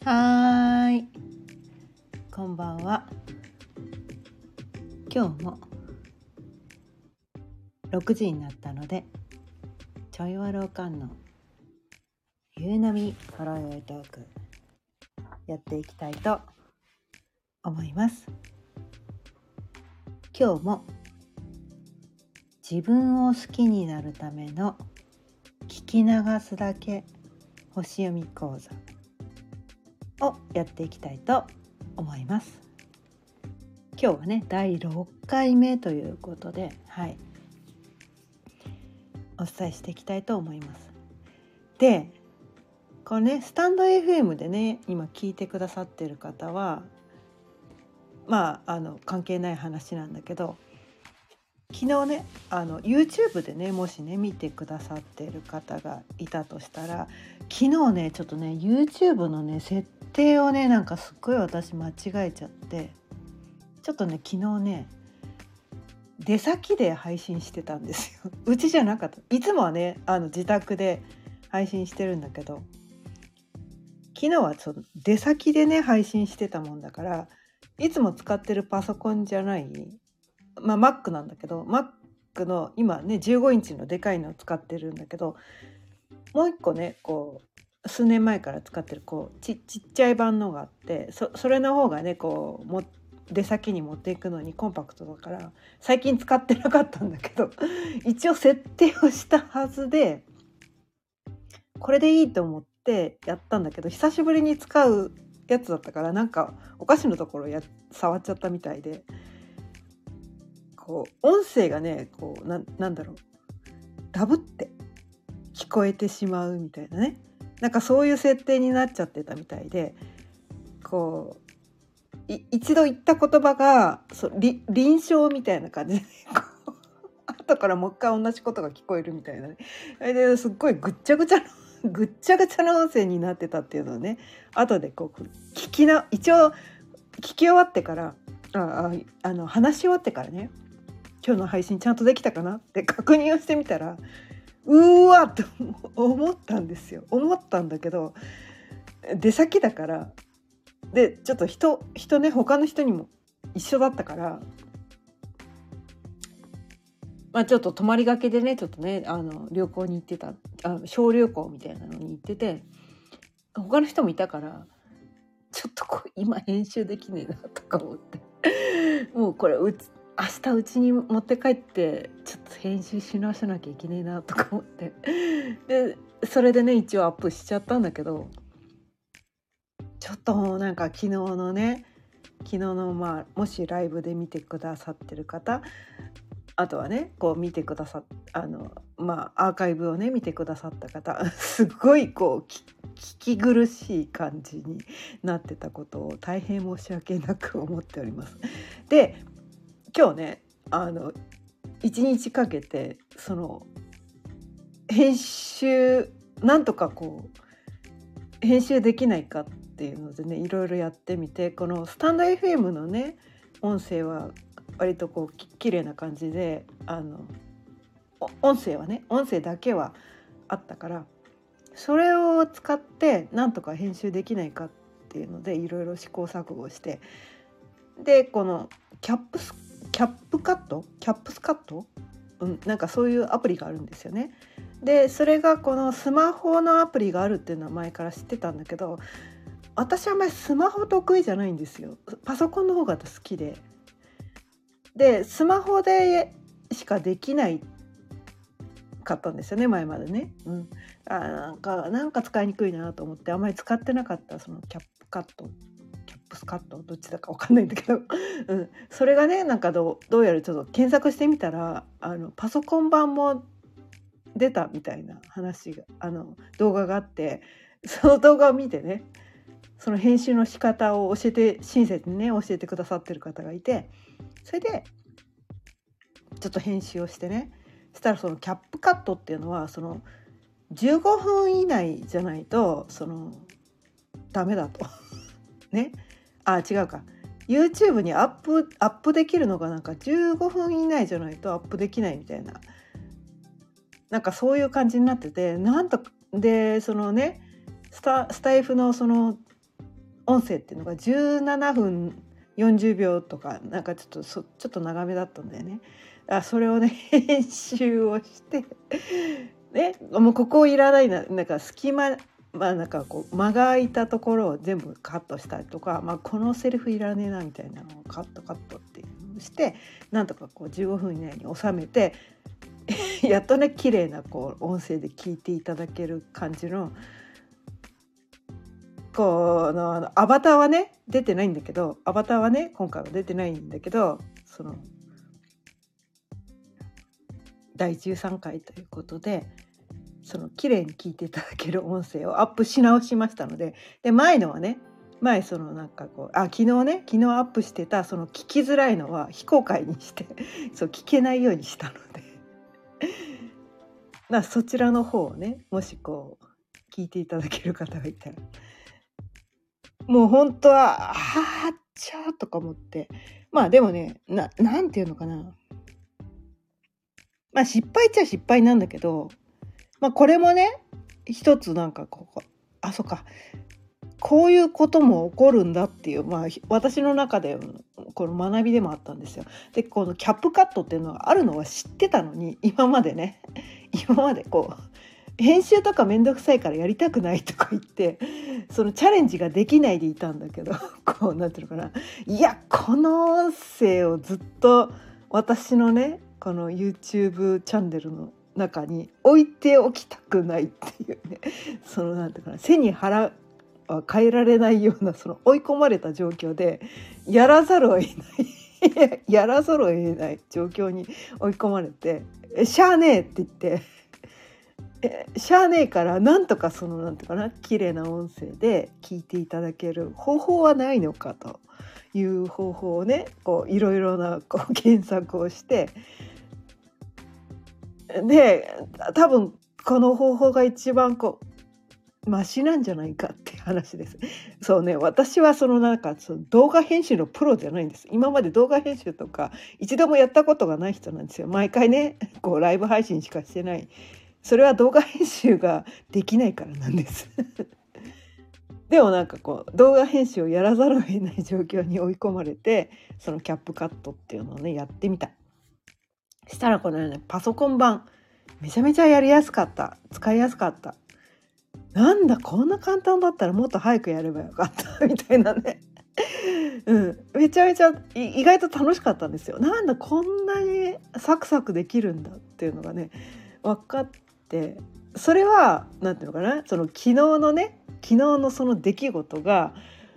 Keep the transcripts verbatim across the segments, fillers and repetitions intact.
はーい、こんばんは。今日もろくじになったので、ちょいわろうかんの夕波ほろよいトークやっていきたいと思います。今日も自分を好きになるための聞き流すだけ星読み講座をやっていきたいと思います。今日はねだいろっかいめということで、はいお伝えしていきたいと思います。で、これねスタンド エフエム でね今聞いてくださっている方はまああの関係ない話なんだけど、昨日ねあの YouTube でねもしね見てくださっている方がいたとしたら、昨日ねちょっとね YouTube のね設定をねなんかすっごい私間違えちゃって、ちょっとね昨日ね出先で配信してたんですよ。うちじゃなかった。いつもはねあの自宅で配信してるんだけど、昨日はちょっと出先でね配信してたもんだから、いつも使ってるパソコンじゃない、まあ Mac なんだけど、 Mac の今ねじゅうごインチのでかいのを使ってるんだけど、もう一個ねこう数年前から使ってるこう ち, ちっちゃい版のがあって、 そ, それの方がねこうも出先に持っていくのにコンパクトだから最近使ってなかったんだけど一応設定をしたはずでこれでいいと思ってやったんだけど、久しぶりに使うやつだったからなんかおかしなところや触っちゃったみたいで、こう音声がねこう な, なんだろうダブって聞こえてしまうみたいなね、なんかそういう設定になっちゃってたみたいで、こうい一度言った言葉がそうり臨床みたいな感じで、ね、こう後からもう一回同じことが聞こえるみたいなね、ですっごいぐっちゃぐちゃのぐっちゃぐちゃな音声になってたっていうのをね後でこう聞きな一応聞き終わってからあああの話し終わってからね、今日の配信ちゃんとできたかなって確認をしてみたら、うーわっと思ったんですよ。思ったんだけど出先だからでちょっと人人ね他の人にも一緒だったから、まあちょっと泊まりがけでねちょっとねあの旅行に行ってた、あ小旅行みたいなのに行ってて、他の人もいたからちょっとこう今編集できねえなとか思ってもうこれうつ明日うちに持って帰ってちょっと編集し直さなきゃいけねえなとか思ってでそれでね一応アップしちゃったんだけど、ちょっとなんか昨日のね昨日のまあもしライブで見てくださってる方、あとはねこう見てくださっあのまあアーカイブをね見てくださった方すごいこう聞き苦しい感じになってたことを大変申し訳なく思っております。で今日ねあの一日かけてその編集なんとかこう編集できないかっていうのでねいろいろやってみて、このスタンド エフエム のね音声は割とこうき綺麗な感じで、あの音声はね音声だけはあったから、それを使ってなんとか編集できないかっていうのでいろいろ試行錯誤して、でこのキャップスキャップカットキャップスカット、うん、なんかそういうアプリがあるんですよね。でそれがこのスマホのアプリがあるっていうのは前から知ってたんだけど、私はあんまりスマホ得意じゃないんですよ。パソコンの方が好きで、でスマホでしかできないかったんですよね前までね、うん、あなんかなんか使いにくいなと思ってあんまり使ってなかったそのキャップカットキャップスカットどっちだか分かんないんだけど、うん、それがねなんかどう、どうやらちょっと検索してみたらあのパソコン版も出たみたいな話があの動画があって、その動画を見てねその編集の仕方を教えて親切にね教えてくださってる方がいて、それでちょっと編集をしてね、したらそのキャップカットっていうのはそのじゅうごふん以内じゃないとそのダメだとね、あ違うか YouTube にアップアップできるのがなんかじゅうごふん以内じゃないとアップできないみたいな、なんかそういう感じになってて、なんとでそのねスタスタイフのその音声っていうのがじゅうななふんよんじゅうびょうとかなんかちょっとそちょっと長めだったんだよね。あそれをね編集をしてね、もうここいらないな、なんか隙間、まあなんかこう間が空いたところを全部カットしたりとか、まあ、このセリフいらねえなみたいなのをカットカットっていうのをしてなんとかこうじゅうごふん以内に収めてやっとね綺麗なこう音声で聞いていただける感じのこのあのアバターはね出てないんだけどアバターはね今回は出てないんだけどそのだいじゅうさんかいということでその綺麗に聞いていただける音声をアップし直しましたので、で前のはね前そのなんかこうあ昨日ね昨日アップしてたその聞きづらいのは非公開にしてそう聞けないようにしたのでまあそちらの方をねもしこう聞いていただける方がいたらもう本当はあーっちゃーとか思ってまあでもねななんていうのかなまあ失敗っちゃ失敗なんだけどまあこれもね一つなんかこうあそうかこういうことも起こるんだっていう、まあ、私の中でこの学びでもあったんですよ。でこのキャップカットっていうのがあるのは知ってたのに今までね今までこう編集とかめんどくさいからやりたくないとか言ってそのチャレンジができないでいたんだけどこうなんていうのかないやこの音声をずっと私のねこの YouTube チャンネルの中に置いておきたくないっていうねそのなんていうかな背に腹は変えられないようなその追い込まれた状況でやらざるを得ないやらざるを得ない状況に追い込まれて「しゃあねえ」って言ってえしゃあねえからなんとかそのなんていうかな綺麗な音声で聞いていただける方法はないのかという方法をねこういろいろなこう検索をしてで多分この方法が一番こうマシなんじゃないかっていう話です。そうね、私はそのなんかその動画編集のプロじゃないんです。今まで動画編集とか一度もやったことがない人なんですよ。毎回ね、こうライブ配信しかしてない。それは動画編集ができないからなんです。でもなんかこう動画編集をやらざるを得ない状況に追い込まれて、そのキャップカットっていうのをねやってみた。したらこのねパソコン版めちゃめちゃやりやすかった。使いやすかった。なんだこんな簡単だったらもっと早くやればよかったみたいなね、うん、めちゃめちゃ意外と楽しかったんですよ。なんだこんなにサクサクできるんだっていうのがね分かって、それはなんていうのかなその昨日のね昨日のその出来事が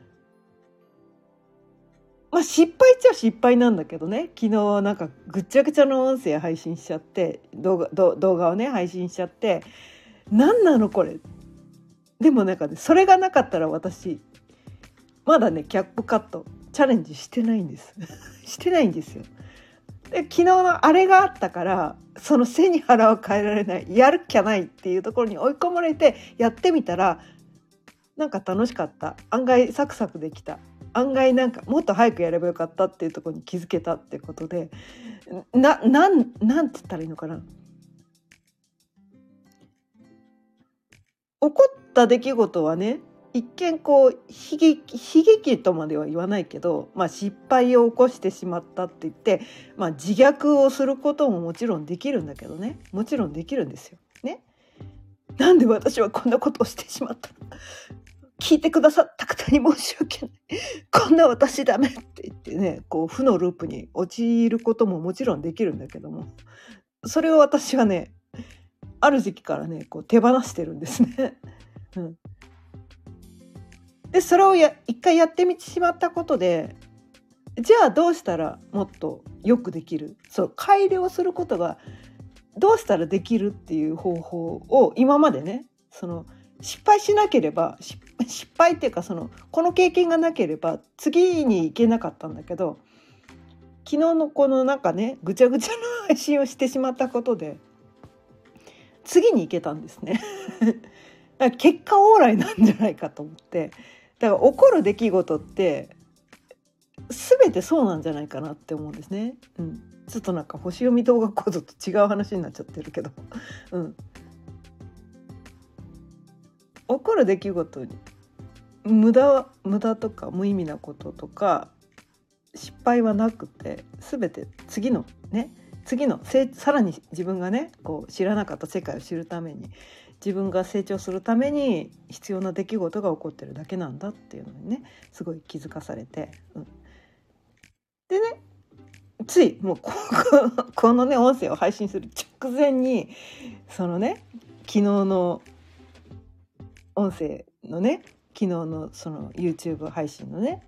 まあ失敗っちゃ失敗なんだけどね昨日なんかぐっちゃぐちゃの音声配信しちゃって動画、動画をね配信しちゃって何なのこれでもなんかねそれがなかったら私まだねキャップカットチャレンジしてないんですしてないんですよ。で昨日のあれがあったからその背に腹を変えられないやるっきゃないっていうところに追い込まれてやってみたらなんか楽しかった、案外サクサクできた、案外なんかもっと早くやればよかったっていうところに気づけたってことでな、なん、なんて言ったらいいのかな、起こった出来事はね一見こう悲劇、悲劇とまでは言わないけど、まあ、失敗を起こしてしまったって言って、まあ、自虐をすることももちろんできるんだけどねもちろんできるんですよ。ね、なんで私はこんなことをしてしまったの、聞いてくださった方に申し訳ないこんな私ダメって言ってねこう負のループに陥ることももちろんできるんだけども、それを私はねある時期からねこう手放してるんですね。うん、でそれをや一回やってみてしまったことでじゃあどうしたらもっとよくできる、そう改良することがどうしたらできるっていう方法を今までねその失敗しなければ失敗っていうかそのこの経験がなければ次に行けなかったんだけど昨日のこのなんかねぐちゃぐちゃな配信をしてしまったことで次に行けたんですねだから結果オーライなんじゃないかと思って、だから起こる出来事って全てそうなんじゃないかなって思うんですね、うん、ちょっとなんか星読み動画講座と違う話になっちゃってるけど、うん、起こる出来事に無駄無駄とか無意味なこととか失敗はなくて、全て次のね次のさらに自分がねこう知らなかった世界を知るために、自分が成長するために必要な出来事が起こってるだけなんだっていうのにねすごい気づかされて、うん、でねついもうここのね音声を配信する直前にそのね昨日の音声のね昨日のその YouTube 配信のね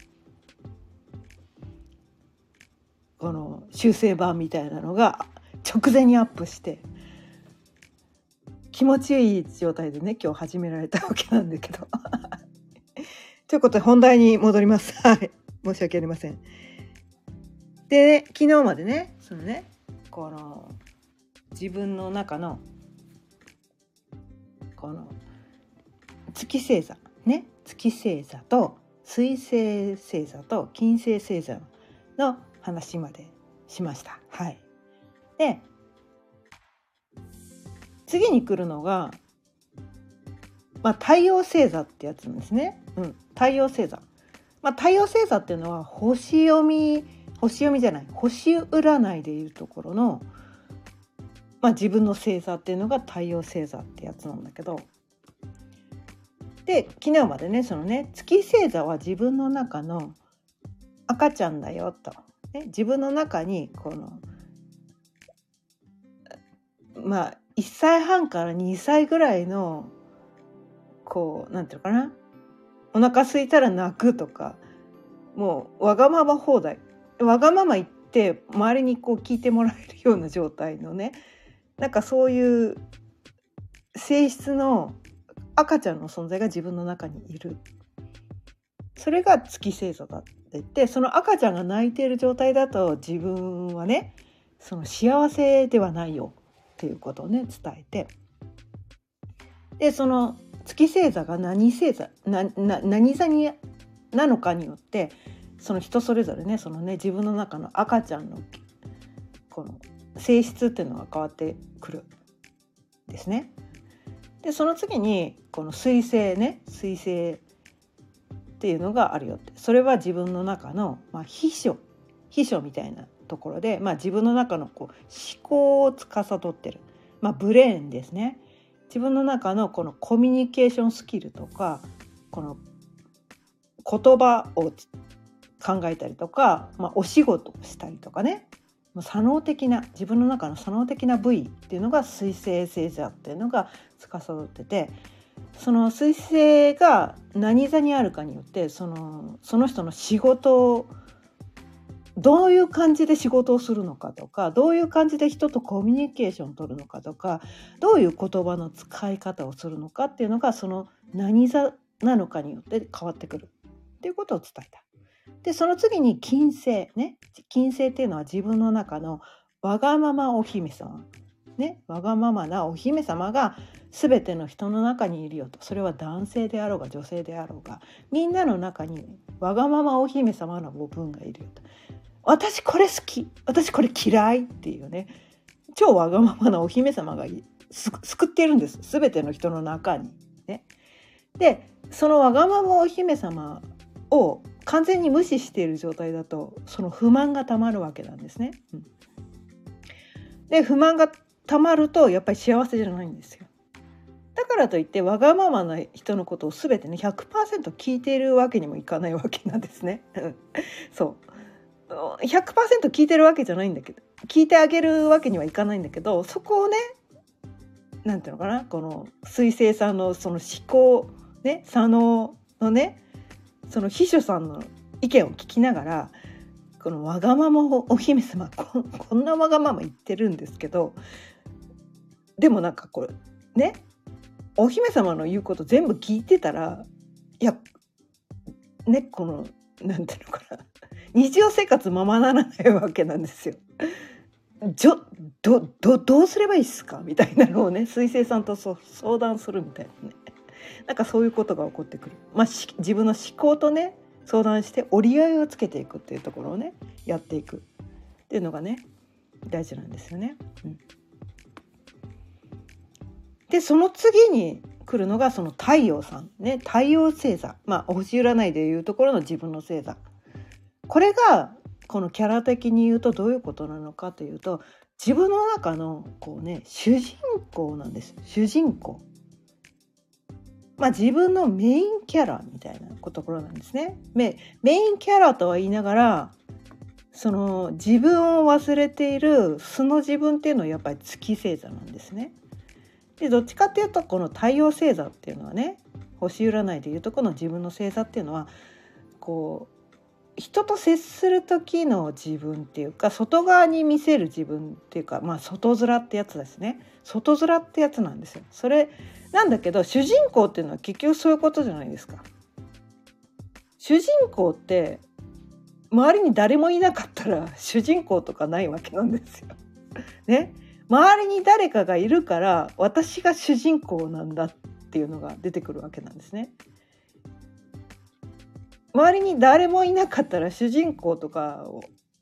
この修正版みたいなのが直前にアップして、気持ちいい状態でね今日始められたわけなんだけどということで本題に戻ります。はい、申し訳ありません。で、ね、昨日までねそのねこの自分の中のこの月星座ね月星座と水星星座と金星星座の話までしました。はい。で次に来るのが、まあ、太陽星座ってやつなんですね。うん、太陽星座。まあ、太陽星座っていうのは星読み星読みじゃない星占いでいうところの、まあ、自分の星座っていうのが太陽星座ってやつなんだけど、で昨日までねそのね月星座は自分の中の赤ちゃんだよと、ね、自分の中にこのまあいっさいはんからにさいぐらいのこうなんていうのかな、お腹空いたら泣くとか、もうわがまま放題、わがまま言って周りにこう聞いてもらえるような状態のね、なんかそういう性質の赤ちゃんの存在が自分の中にいる。それが月星座だって言って、その赤ちゃんが泣いている状態だと自分はねその幸せではないよっていうことをね伝えて、でその月星座が何星座なな何座になのかによってその人それぞれねそのね自分の中の赤ちゃんのこの性質っていうのが変わってくるんですね。でその次にこの水星ね水星っていうのがあるよって、それは自分の中の、まあ、秘書秘書みたいなところで、まあ、自分の中のこう思考を司ってる、まあ、ブレーンですね。自分の中のこのコミュニケーションスキルとかこの言葉を考えたりとか、まあ、お仕事をしたりとかね、左脳的な自分の中の左脳的な部位っていうのが水星星座っていうのが司ってて、その水星が何座にあるかによってその、その人の仕事をどういう感じで仕事をするのかとか、どういう感じで人とコミュニケーションを取るのかとか、どういう言葉の使い方をするのかっていうのがその何座なのかによって変わってくるっていうことを伝えた。でその次に金星ね、金星っていうのは自分の中のわがままお姫様ね、わがままなお姫様が全ての人の中にいるよと。それは男性であろうが女性であろうがみんなの中にわがままお姫様の部分がいるよと。私これ好き、私これ嫌いっていうね、超わがままなお姫様が救っているんです、全ての人の中に、ね、でそのわがままお姫様を完全に無視している状態だとその不満がたまるわけなんですね、うん、で不満がたまるとやっぱり幸せじゃないんですよ。だからといってわがままな人のことを全てね ひゃくパーセント 聞いているわけにもいかないわけなんですねそうひゃくパーセント 聞いてるわけじゃないんだけど、聞いてあげるわけにはいかないんだけど、そこをねなんていうのかな、この水星さんのその思考ね左脳のねその秘書さんの意見を聞きながら、このわがままお姫様 こ, こんなわがまま言ってるんですけど、でもなんかこれねお姫様の言うこと全部聞いてたら、いやねこのなんていうのかな、日常生活ままならないわけなんですよ。じょ ど, ど, どうすればいいっすかみたいなのをね水星さんとそ相談するみたいなね、なんかそういうことが起こってくる、まあ、自分の思考とね相談して折り合いをつけていくっていうところをねやっていくっていうのがね大事なんですよね、うん、でその次に来るのがその太陽さんね。太陽星座、まあ星占いでいうところの自分の星座、これがこのキャラ的に言うとどういうことなのかというと、自分の中のこうね主人公なんです。主人公、まあ自分のメインキャラみたいなところなんですね。メインキャラとは言いながら、その自分を忘れている素の自分っていうのはやっぱり月星座なんですね。でどっちかっていうとこの太陽星座っていうのはね、星占いでいうとこの自分の星座っていうのはこう人と接する時の自分っていうか、外側に見せる自分っていうか、まあ外面ってやつですね。外面ってやつなんですよ。それなんだけど、主人公っていうのは結局そういうことじゃないですか。主人公って周りに誰もいなかったら主人公とかないわけなんですよ。ね、周りに誰かがいるから私が主人公なんだっていうのが出てくるわけなんですね。周りに誰もいなかったら主人公とかを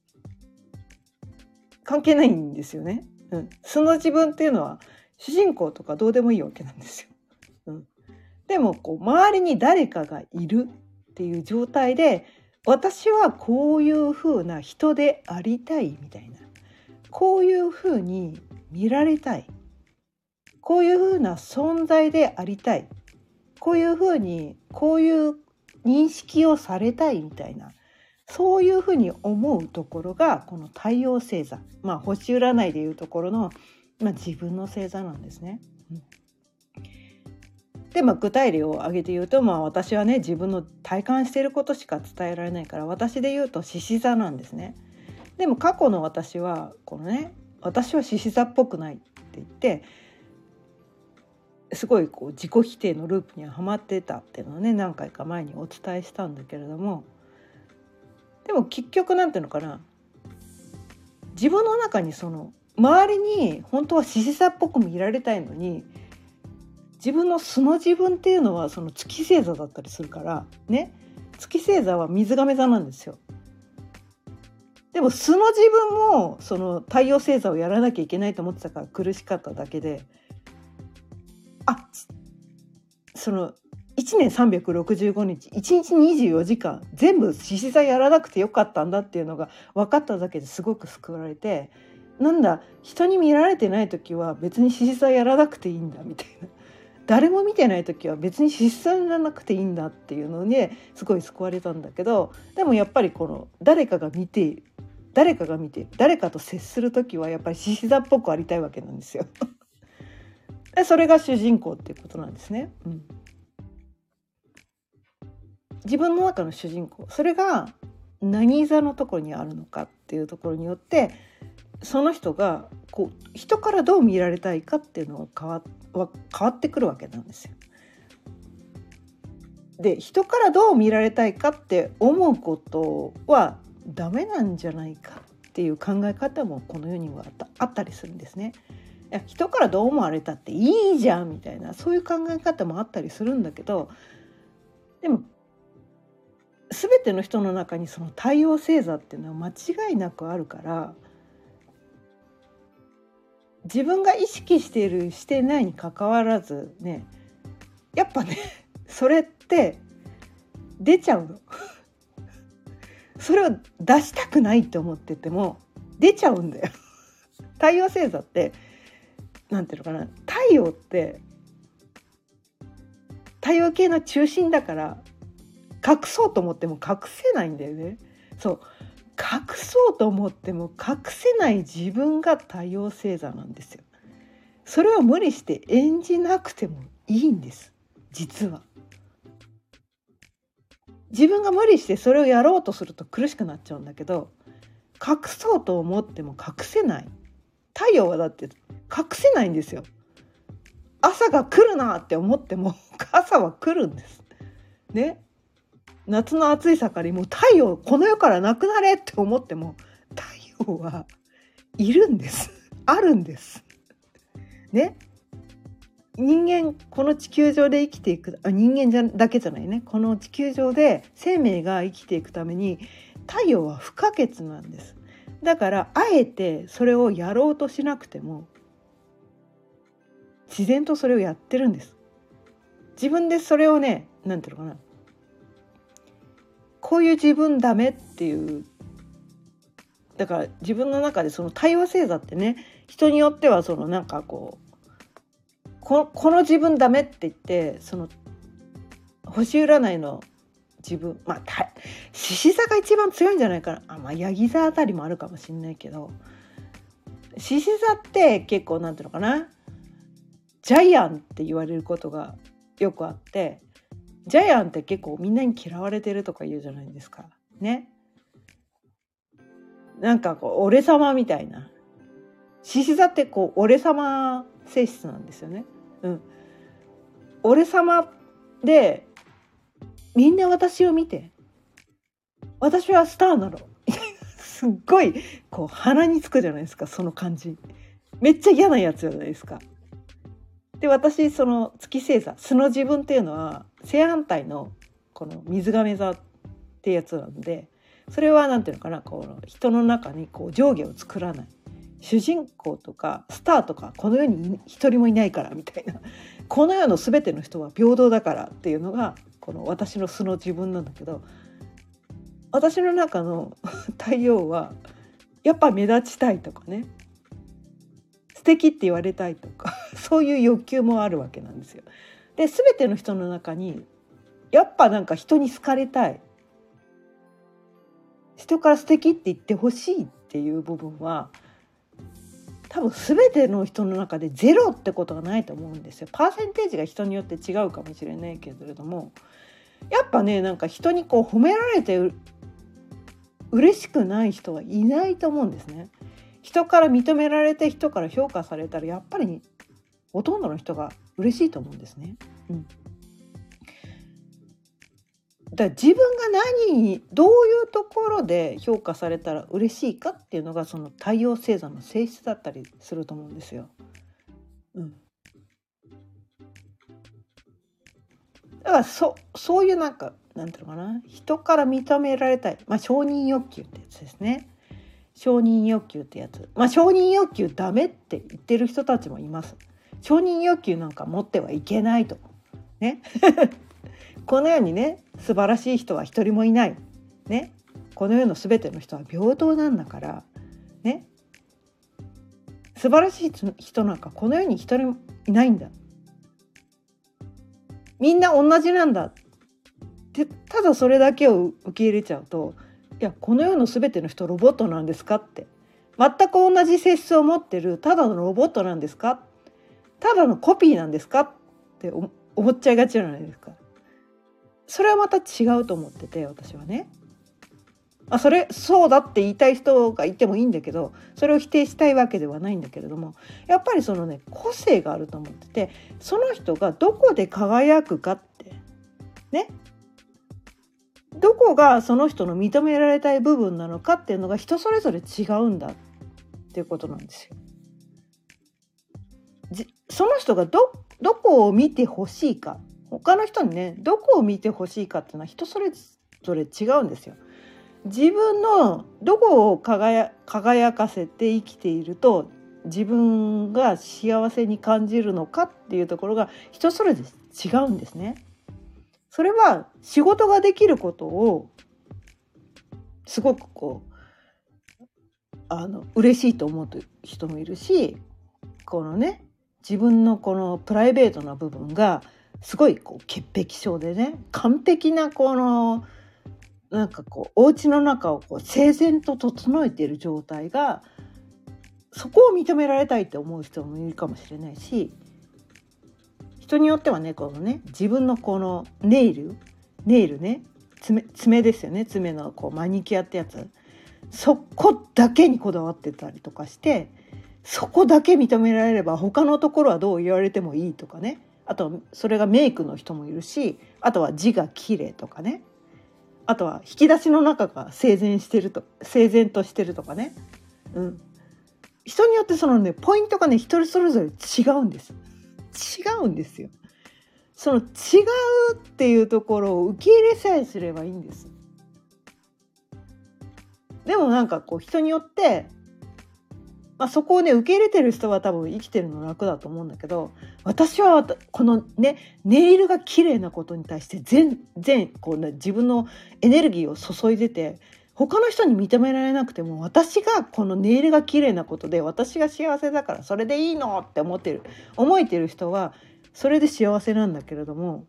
関係ないんですよね。うん、その自分っていうのは主人公とかどうでもいいわけなんですよ。うん、でもこう周りに誰かがいるっていう状態で、私はこういう風な人でありたいみたいな、こういう風に見られたい、こういう風な存在でありたい、こういう風にこういう認識をされたいみたいな、そういう風に思うところがこの太陽星座、まあ星占いでいうところの、まあ、自分の星座なんですね。うんで、まあ、具体例を挙げて言うと、まあ、私はね自分の体感していることしか伝えられないから、私で言うと獅子座なんですね。でも過去の私はこのね、私は獅子座っぽくないって言ってすごいこう自己否定のループにはまってたっていうのをね何回か前にお伝えしたんだけれども、でも結局なんていうのかな、自分の中にその周りに本当は獅子座っぽく見られたいのに、自分の素の自分っていうのはその月星座だったりするからね。月星座は水亀座なんですよ。でも素の自分もその太陽星座をやらなきゃいけないと思ってたから苦しかっただけで、あそのいちねんさんびゃくろくじゅうごにちいちにちにじゅうよじかん全部獅子座やらなくてよかったんだっていうのが分かっただけですごく救われて、なんだ人に見られてない時は別に獅子座やらなくていいんだみたいな、誰も見てない時は別に獅子座やらなくていいんだっていうのですごい救われたんだけど、でもやっぱりこの誰かが見て誰かが見て誰かと接する時はやっぱり獅子座っぽくありたいわけなんですよ。それが主人公っていうことなんですね。うん、自分の中の主人公、それが何座のところにあるのかっていうところによって、その人がこう人からどう見られたいかっていうのが変わ、変わってくるわけなんですよ。で、人からどう見られたいかって思うことはダメなんじゃないかっていう考え方もこの世にはあった、あったりするんですね。いや人からどう思われたっていいじゃんみたいな、そういう考え方もあったりするんだけど、でも全ての人の中にその太陽星座っていうのは間違いなくあるから、自分が意識しているしてないに関わらずね、やっぱねそれって出ちゃうのそれを出したくないって思ってても出ちゃうんだよ。太陽星座ってなんていうのかな、太陽って太陽系の中心だから隠そうと思っても隠せないんだよね。そう隠そうと思っても隠せない自分が太陽星座なんですよ。それを無理して演じなくてもいいんです。実は自分が無理してそれをやろうとすると苦しくなっちゃうんだけど、隠そうと思っても隠せない。太陽はだって隠せないんですよ。朝が来るなって思っても朝は来るんですね。夏の暑い盛りもう太陽この世からなくなれって思っても太陽はいるんです。あるんですね。人間この地球上で生きていく、あ人間じゃだけじゃないね、この地球上で生命が生きていくために太陽は不可欠なんです。だからあえてそれをやろうとしなくても自然とそれをやってるんです。 自分でそれをね、なんていうのかな、こういう自分ダメっていう、だから自分の中でその対応星座ってね、人によってはそのなんかこう こ, この自分ダメって言って、その星占いの自分、まあ獅子座が一番強いんじゃないかな。あ、まあヤギ座あたりもあるかもしれないけど、獅子座って結構なんていうのかな、ジャイアンって言われることがよくあって、ジャイアンって結構みんなに嫌われてるとか言うじゃないですかね。なんかこう俺様みたいな。獅子座ってこう俺様性質なんですよね。うん。俺様でみんな私を見て、私はスターなのすっごいこう鼻につくじゃないですか、その感じ。めっちゃ嫌なやつじゃないですか。で、私その月星座、素の自分っていうのは正反対のこの水亀座ってやつなんで、それはなんていうのかな、こう人の中にこう上下を作らない、主人公とかスターとかこの世に一人もいないからみたいな、この世の全ての人は平等だからっていうのがこの私の素の自分なんだけど、私の中の太陽はやっぱ目立ちたいとかね、素敵って言われたいとかそういう欲求もあるわけなんですよ。で、全ての人の中にやっぱなんか人に好かれたい、人から素敵って言ってほしいっていう部分は多分全ての人の中でゼロってことがないと思うんですよ。パーセンテージが人によって違うかもしれないけれども、やっぱね、なんか人にこう褒められてう嬉しくない人はいないと思うんですね。人から認められて、人から評価されたらやっぱりほとんどの人が嬉しいと思うんですね。うん、だから自分が何にどういうところで評価されたら嬉しいかっていうのがその太陽星座の性質だったりすると思うんですよ。うん、だからそそういうなんかなんていうのかな、人から認められたい、まあ、承認欲求ってやつですね。承認欲求ってやつ、まあ承認欲求ダメって言ってる人たちもいます。承認欲求なんか持ってはいけないとねこの世にね、素晴らしい人は一人もいないね。この世のすべての人は平等なんだからね、素晴らしい人なんかこの世に一人もいないんだ、みんな同じなんだって、ただそれだけを受け入れちゃうと、いやこの世の全ての人ロボットなんですかって、全く同じ性質を持ってるただのロボットなんですか、ただのコピーなんですかって思っちゃいがちじゃないですか。それはまた違うと思ってて、私はね、あ、それそうだって言いたい人がいてもいいんだけど、それを否定したいわけではないんだけれども、やっぱりそのね、個性があると思ってて、その人がどこで輝くかってね、どこがその人の認められたい部分なのかっていうのが人それぞれ違うんだっていうことなんですよ。じその人が ど, どこを見てほしいか、他の人にねどこを見てほしいかっていうのは人それぞれ違うんですよ。自分のどこを 輝, 輝かせて生きていると自分が幸せに感じるのかっていうところが人それぞれ違うんですね。それは仕事ができることをすごくこうあの嬉しいと思う人もいるし、このね自分のこのプライベートな部分がすごいこう潔癖症でね、完璧なこのなんかこうお家の中をこう整然と整えている状態が、そこを認められたいって思う人もいるかもしれないし、人によってはね、このね自分のこのネイルネイルね、爪爪ですよね、爪のこうマニキュアってやつ、そこだけにこだわってたりとかして、そこだけ認められれば他のところはどう言われてもいいとかね、あとそれがメイクの人もいるし、あとは字が綺麗とかね、あとは引き出しの中が整然してると整然としてるとかね、うん、人によってそのねポイントがね一人それぞれ違うんです違うんですよ。その違うっていうところを受け入れさえすればいいんです。でもなんかこう人によってまあ、そこをね受け入れてる人は多分生きてるの楽だと思うんだけど、私はこのねネイルが綺麗なことに対して全然こう、ね、自分のエネルギーを注いでて、他の人に認められなくても私がこのネイルが綺麗なことで私が幸せだからそれでいいのって思ってる思えてる人はそれで幸せなんだけれども、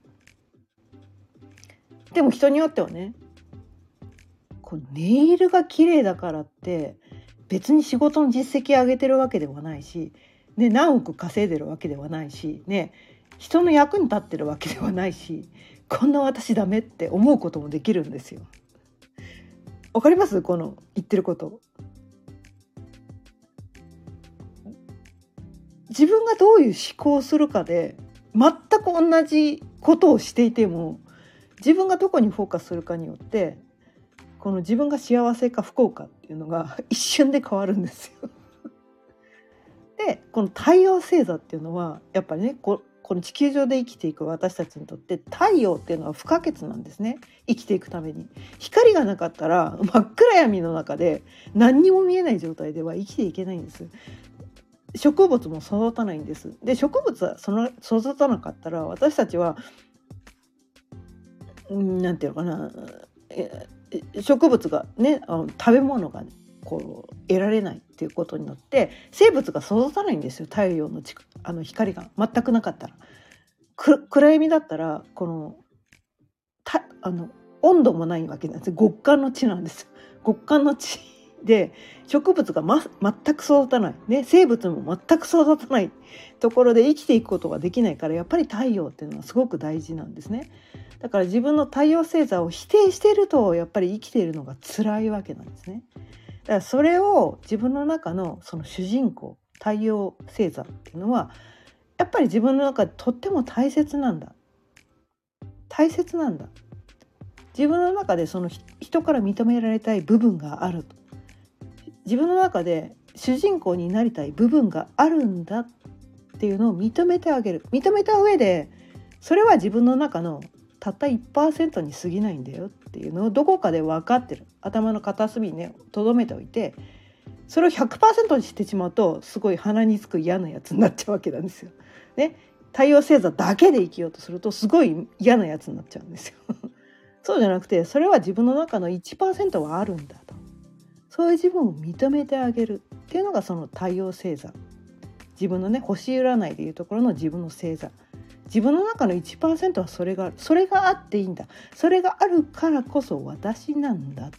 でも人によってはね、このネイルが綺麗だからって別に仕事の実績上げてるわけではないし、ね、何億稼いでるわけではないし、ね、人の役に立ってるわけではないし、こんな私ダメって思うこともできるんですよ。わかります？この言ってること。自分がどういう思考をするかで全く同じことをしていても、自分がどこにフォーカスするかによってこの自分が幸せか不幸かっていうのが一瞬で変わるんですよ。でこの太陽星座っていうのはやっぱりね、ここの地球上で生きていく私たちにとって太陽っていうのは不可欠なんですね。生きていくために光がなかったら真っ暗闇の中で何にも見えない状態では生きていけないんです。植物も育たないんです。で植物はその育たなかったら私たちはなんていうのかな、え植物がね、あの食べ物が、ね、こう得られないっていうことによって生物が育たないんですよ。太陽のちあの光が全くなかったら、く暗闇だったらこのたあの温度もないわけなんです。極寒の地なんです。極寒の地で植物が、ま、全く育たない、ね、生物も全く育たないところで生きていくことができないから、やっぱり太陽っていうのはすごく大事なんですね。だから自分の太陽星座を否定しているとやっぱり生きているのが辛いわけなんですね。だからそれを自分の中のその主人公太陽星座っていうのはやっぱり自分の中でとっても大切なんだ大切なんだ自分の中でその人から認められたい部分があると、自分の中で主人公になりたい部分があるんだっていうのを認めてあげる。認めた上でそれは自分の中のたった いちパーセント に過ぎないんだよっていうのをどこかで分かってる、頭の片隅にね留めておいて、それを ひゃくパーセント にしてしまうとすごい鼻につく嫌なやつになっちゃうわけなんですよ、ね、太陽星座だけで生きようとするとすごい嫌なやつになっちゃうんですよそうじゃなくて、それは自分の中の いちパーセント はあるんだと、そういう自分を認めてあげるっていうのがその太陽星座、自分のね星占いでいうところの自分の星座、自分の中の いちパーセント はそれがある、それがあっていいんだ、それがあるからこそ私なんだ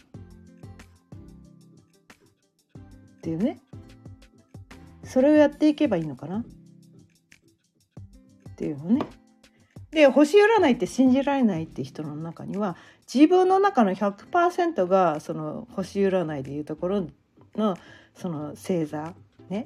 っていうね、それをやっていけばいいのかなっていうのね。で星占いって信じられないって人の中には自分の中の ひゃくパーセント がその星占いでいうところのその星座ね、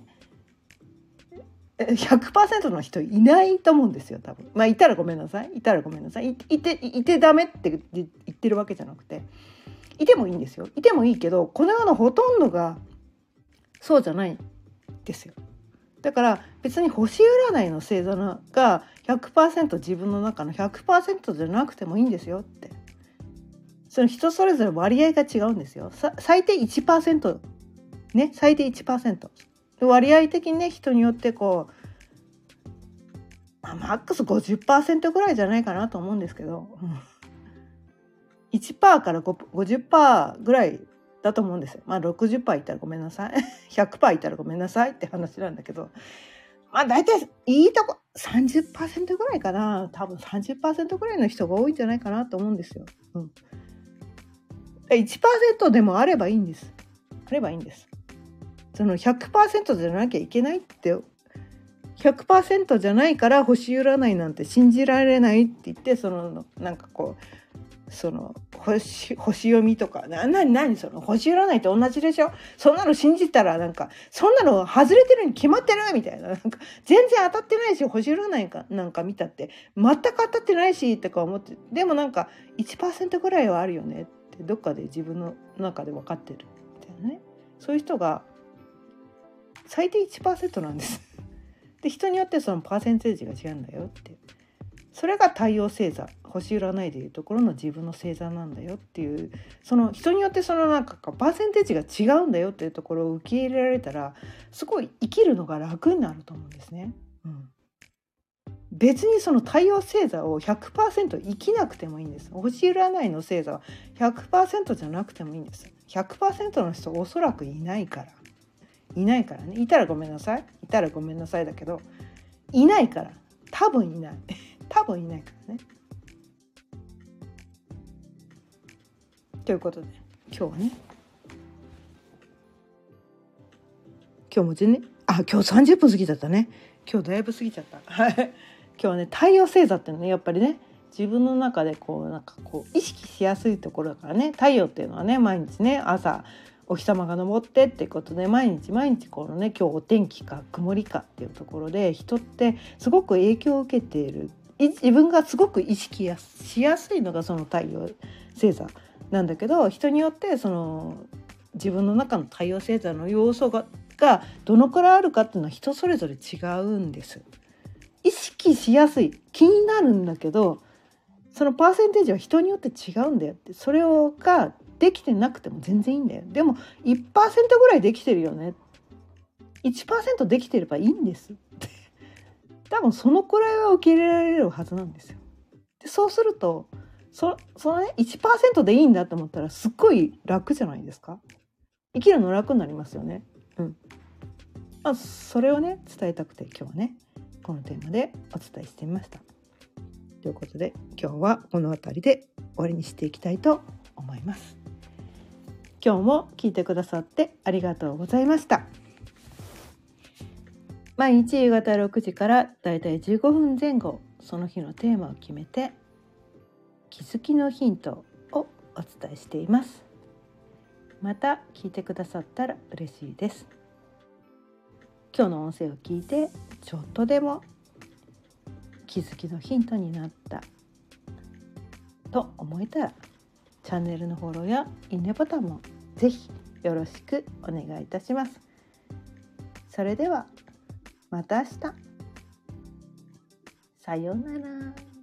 ひゃくパーセント の人いないと思うんですよ多分。まあいたらごめんなさいいたらごめんなさい い, いていてダメって言ってるわけじゃなくて、いてもいいんですよ。いてもいいけどこの世のほとんどがそうじゃないですよ。だから別に星占いの星座が ひゃくパーセント 自分の中の ひゃくパーセント じゃなくてもいいんですよって。その人それぞれ割合が違うんですよ。最低 いちパーセント ね、最低 いちパーセント。割合的にね人によってこう、まあ、マックス ごじゅっパーセント ぐらいじゃないかなと思うんですけど、うん、いちパーセント から ごじゅっパーセント ぐらいだと思うんですよ。まあ ろくじゅっパーセント いったらごめんなさいひゃくパーセント いったらごめんなさいって話なんだけど、まあ大体いいとこ さんじゅっパーセント ぐらいかな、多分 さんじゅっパーセント ぐらいの人が多いんじゃないかなと思うんですよ、うん、いちパーセント でもあればいいんですあればいいんですその ひゃくパーセント じゃなきゃいけないって、ひゃくパーセント じゃないから星占いなんて信じられないって言って、そのなんかこうその 星, 星読みとかなな何その星占いって同じでしょ、そんなの信じたらなんかそんなの外れてるに決まってるみたいな、なんか全然当たってないし星占いかなんか見たって全く当たってないしとか思って、でもなんか いちパーセント ぐらいはあるよねってどっかで自分の中で分かってるみたいなね、そういう人が最低 いちパーセント なんですで人によってそのパーセンテージが違うんだよって、それが太陽星座星占いでいうところの自分の星座なんだよっていう、その人によってそのなんかパーセンテージが違うんだよっていうところを受け入れられたら、すごい生きるのが楽になると思うんですね。うん、別にその太陽星座を ひゃくパーセント 生きなくてもいいんです。星占いの星座は ひゃくパーセント じゃなくてもいいんです。ひゃくパーセント の人おそらくいないからいないからね。いたらごめんなさいいたらごめんなさいだけど、いないから、多分いない多分いないからね。ということで今日はね、今日も全然あ今日さんじゅっぷん過ぎちゃったね。今日だいぶ過ぎちゃったはい今日はね、太陽星座っていうのね、やっぱりね、自分の中でこうなんかこう意識しやすいところだからね。太陽っていうのはね、毎日ね、朝お日様が昇ってってことで、毎日毎日このね、今日お天気か曇りかっていうところで、人ってすごく影響を受けている、自分がすごく意識やしやすいのがその太陽星座なんだけど、人によってその自分の中の太陽星座の要素ががどのくらいあるかっていうのは人それぞれ違うんです。意識しやすい、気になるんだけど、そのパーセンテージは人によって違うんだよって、それをができてなくても全然いいんだよ。でも いちパーセント ぐらいできてるよね、いちパーセント できてればいいんですって多分そのくらいは受け入れられるはずなんですよ。でそうするとそ, そのね いちパーセント でいいんだと思ったらすっごい楽じゃないですか。生きるの楽になりますよね。うんまあ、それをね伝えたくて今日はねこのテーマでお伝えしてみました。ということで今日はこの辺りで終わりにしていきたいと思います。今日も聞いてくださってありがとうございました。毎日夕方ろくじからだいたいじゅうごふんぜん後、その日のテーマを決めて気づきのヒントをお伝えしています。また聞いてくださったら嬉しいです。今日の音声を聞いてちょっとでも気づきのヒントになったと思えたら、チャンネルのフォローやいいねボタンもぜひよろしくお願いいたします。それではまた明日。さようなら。